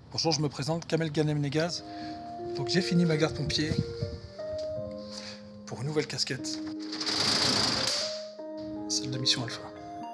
Bonjour, je me présente, Kamel Ghanem-Negaz. Donc j'ai fini ma garde pompier pour une nouvelle casquette, celle de Mission Alpha.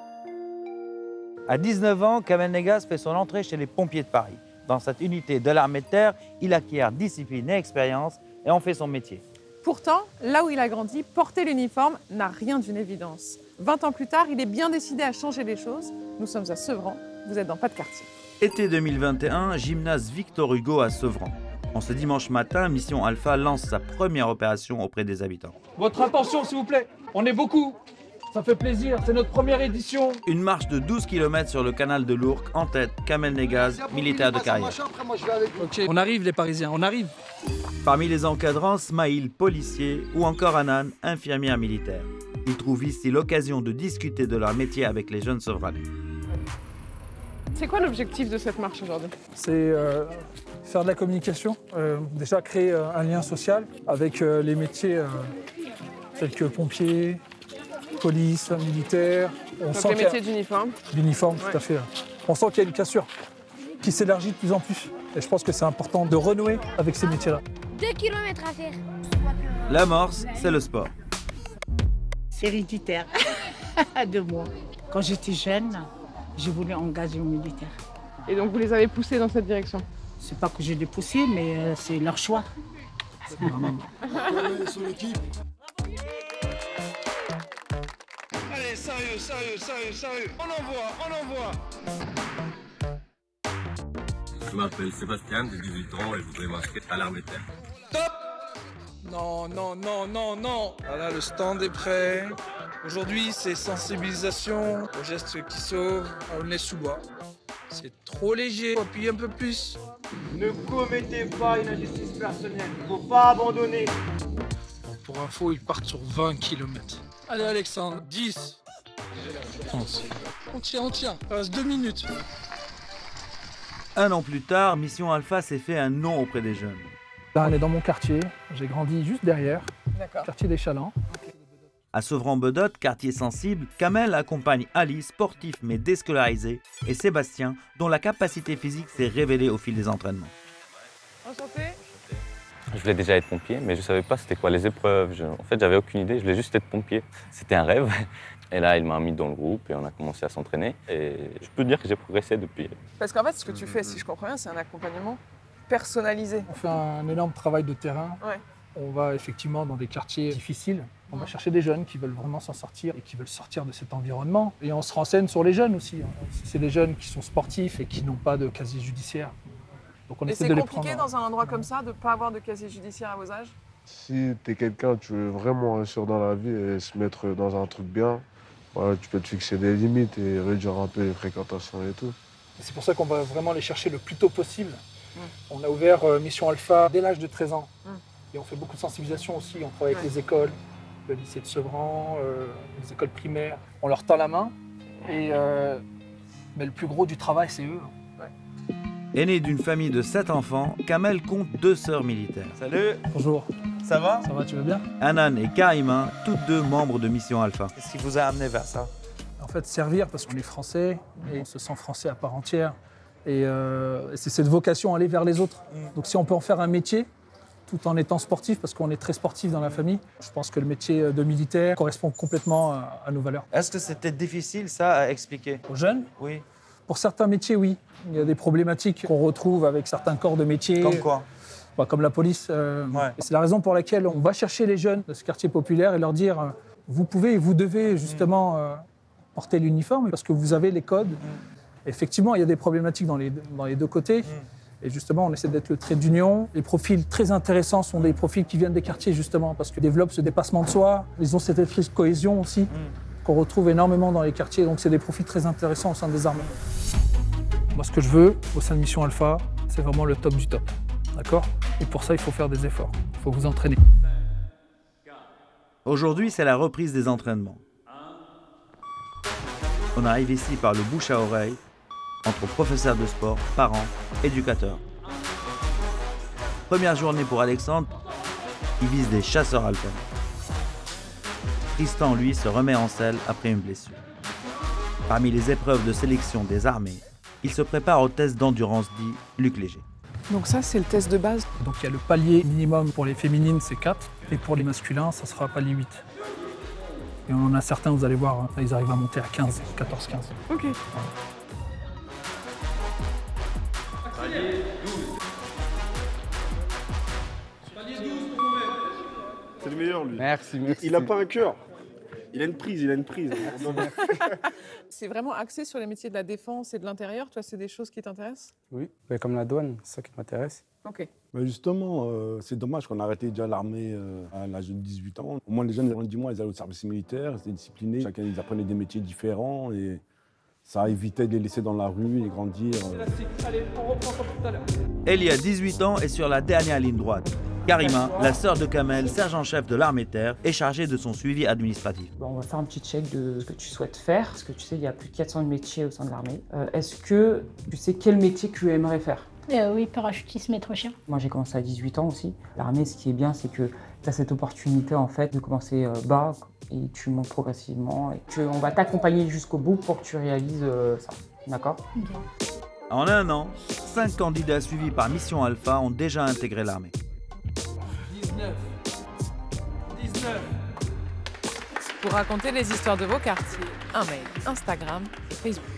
À 19 ans, Kamel Negaz fait son entrée chez les pompiers de Paris. Dans cette unité de l'armée de terre, il acquiert discipline et expérience et en fait son métier. Pourtant, là où il a grandi, porter l'uniforme n'a rien d'une évidence. 20 ans plus tard, il est bien décidé à changer les choses. Nous sommes à Sevran, vous êtes dans Pas de quartier. Été 2021, gymnase Victor Hugo à Sevran. En ce dimanche matin, Mission Alpha lance sa première opération auprès des habitants. Votre attention, s'il vous plaît. On est beaucoup. Ça fait plaisir, c'est notre première édition. Une marche de 12 km sur le canal de l'Ourcq, en tête Kamel Negaz, militaire de carrière. Okay. On arrive les Parisiens, on arrive. Parmi les encadrants, Smaïl, policier, ou encore Anan, infirmière militaire. Ils trouvent ici l'occasion de discuter de leur métier avec les jeunes Sevranais. C'est quoi l'objectif de cette marche aujourd'hui? C'est faire de la communication, déjà créer un lien social avec les métiers tels que pompiers, police, militaire. Donc les métiers d'uniforme. D'uniforme, tout à fait. On sent qu'il y a une cassure qui s'élargit de plus en plus. Et je pense que c'est important de renouer avec ces métiers-là. 2 km à faire. L'amorce, c'est le sport. C'est héréditaire de moi. Quand j'étais jeune, j'ai voulu engager au militaire. Et donc vous les avez poussés dans cette direction? C'est pas que je les poussé, mais c'est leur choix. Allez, sérieux. On envoie. Je m'appelle Sébastien, j'ai 18 ans et je voudrais m'inscrire à l'armée de terre. Top! Non. Voilà, le stand est prêt. Aujourd'hui, c'est sensibilisation aux gestes qui sauvent, au nez sous bois. C'est trop léger, appuyez un peu plus. Ne commettez pas une injustice personnelle, il ne faut pas abandonner. Pour info, ils partent sur 20 km. Allez Alexandre, 10. 11. On tient. Il reste 2 minutes. Un an plus tard, Mission Alpha s'est fait un nom auprès des jeunes. Là, on est dans mon quartier. J'ai grandi juste derrière, quartier des Chalands. À Sevran-Bedotte, quartier sensible, Kamel accompagne Ali, sportif mais déscolarisé, et Sébastien, dont la capacité physique s'est révélée au fil des entraînements. Enchanté. Je voulais déjà être pompier, mais je ne savais pas c'était quoi les épreuves. En fait, j'avais aucune idée, je voulais juste être pompier. C'était un rêve. Et là, il m'a mis dans le groupe et on a commencé à s'entraîner. Et je peux dire que j'ai progressé depuis. Parce qu'en fait, ce que tu fais, si je comprends bien, c'est un accompagnement personnalisé. On fait un énorme travail de terrain. Ouais. On va effectivement dans des quartiers difficiles. On va chercher des jeunes qui veulent vraiment s'en sortir et qui veulent sortir de cet environnement. Et on se renseigne sur les jeunes aussi. C'est des jeunes qui sont sportifs et qui n'ont pas de casier judiciaire. Donc on essaie de les prendre. C'est compliqué dans un endroit comme ça de ne pas avoir de casier judiciaire à vos âges? Si tu es quelqu'un, tu veux vraiment réussir dans la vie et se mettre dans un truc bien, voilà, tu peux te fixer des limites et réduire un peu les fréquentations et tout. C'est pour ça qu'on va vraiment les chercher le plus tôt possible. On a ouvert Mission Alpha dès l'âge de 13 ans. Et on fait beaucoup de sensibilisation aussi. On travaille avec les écoles, le lycée de Sevran, les écoles primaires. On leur tend la main. Mais le plus gros du travail, c'est eux. Aîné d'une famille de 7 enfants, Kamel compte 2 sœurs militaires. Salut. Bonjour. Ça va? Ça va, tu vas bien? Anan et Karima, toutes 2 membres de Mission Alpha. Qu'est-ce qui vous a amené vers ça? En fait, servir parce qu'on est français et on se sent français à part entière. Et c'est cette vocation, aller vers les autres. Donc si on peut en faire un métier, tout en étant sportif, parce qu'on est très sportif dans la famille, je pense que le métier de militaire correspond complètement à nos valeurs. Est-ce que c'était difficile, ça, à expliquer? Aux jeunes? Oui. Pour certains métiers, oui. Il y a des problématiques qu'on retrouve avec certains corps de métier. Comme quoi? Comme la police. Ouais. Et c'est la raison pour laquelle on va chercher les jeunes de ce quartier populaire et leur dire vous pouvez et vous devez justement porter l'uniforme parce que vous avez les codes. Effectivement, il y a des problématiques dans les 2 côtés. Et justement, on essaie d'être le trait d'union. Les profils très intéressants sont des profils qui viennent des quartiers, justement, parce qu'ils développent ce dépassement de soi. Ils ont cet esprit de cohésion aussi, qu'on retrouve énormément dans les quartiers. Donc, c'est des profils très intéressants au sein des armées. Moi, ce que je veux, au sein de Mission Alpha, c'est vraiment le top du top. D'accord? Et pour ça, il faut faire des efforts. Il faut vous entraîner. Aujourd'hui, c'est la reprise des entraînements. On arrive ici par le bouche à oreille, entre professeurs de sport, parents, éducateurs. Première journée pour Alexandre, il vise des chasseurs alpins. Tristan, lui, se remet en selle après une blessure. Parmi les épreuves de sélection des armées, il se prépare au test d'endurance dit Luc Léger. Donc ça, c'est le test de base. Donc il y a le palier minimum pour les féminines, c'est 4. Et pour les masculins, ça sera palier 8. Et on en a certains, vous allez voir, ils arrivent à monter à 15, 14, 15. Ok. C'est le meilleur, lui. Merci, merci. Il n'a pas un cœur. Il a une prise. C'est vraiment axé sur les métiers de la défense et de l'intérieur. Toi, c'est des choses qui t'intéressent? Oui, comme la douane, c'est ça qui m'intéresse. Ok. Mais justement, c'est dommage qu'on a arrêté déjà l'armée à l'âge de 18 ans. Au moins, les jeunes, du moins, ils allaient au service militaire, ils étaient disciplinés. Chacun, ils apprenaient des métiers différents et ça évitait de les laisser dans la rue et grandir. Allez, on reprend comme tout à l'heure. Ellie a 18 ans et sur la dernière ligne droite. Karima, la sœur de Kamel, sergent-chef de l'armée de terre, est chargée de son suivi administratif. On va faire un petit check de ce que tu souhaites faire, parce que tu sais, il y a plus de 400 métiers au sein de l'armée. Est-ce que tu sais quel métier que tu aimerais faire? Oui, parachutisme et trop chien. Moi, j'ai commencé à 18 ans aussi. L'armée, ce qui est bien, c'est que tu as cette opportunité en fait de commencer bas et tu montes progressivement. Et on va t'accompagner jusqu'au bout pour que tu réalises ça. D'accord? Okay. En un an, 5 candidats suivis par Mission Alpha ont déjà intégré l'armée. 19. Pour raconter les histoires de vos quartiers, un mail, Instagram et Facebook.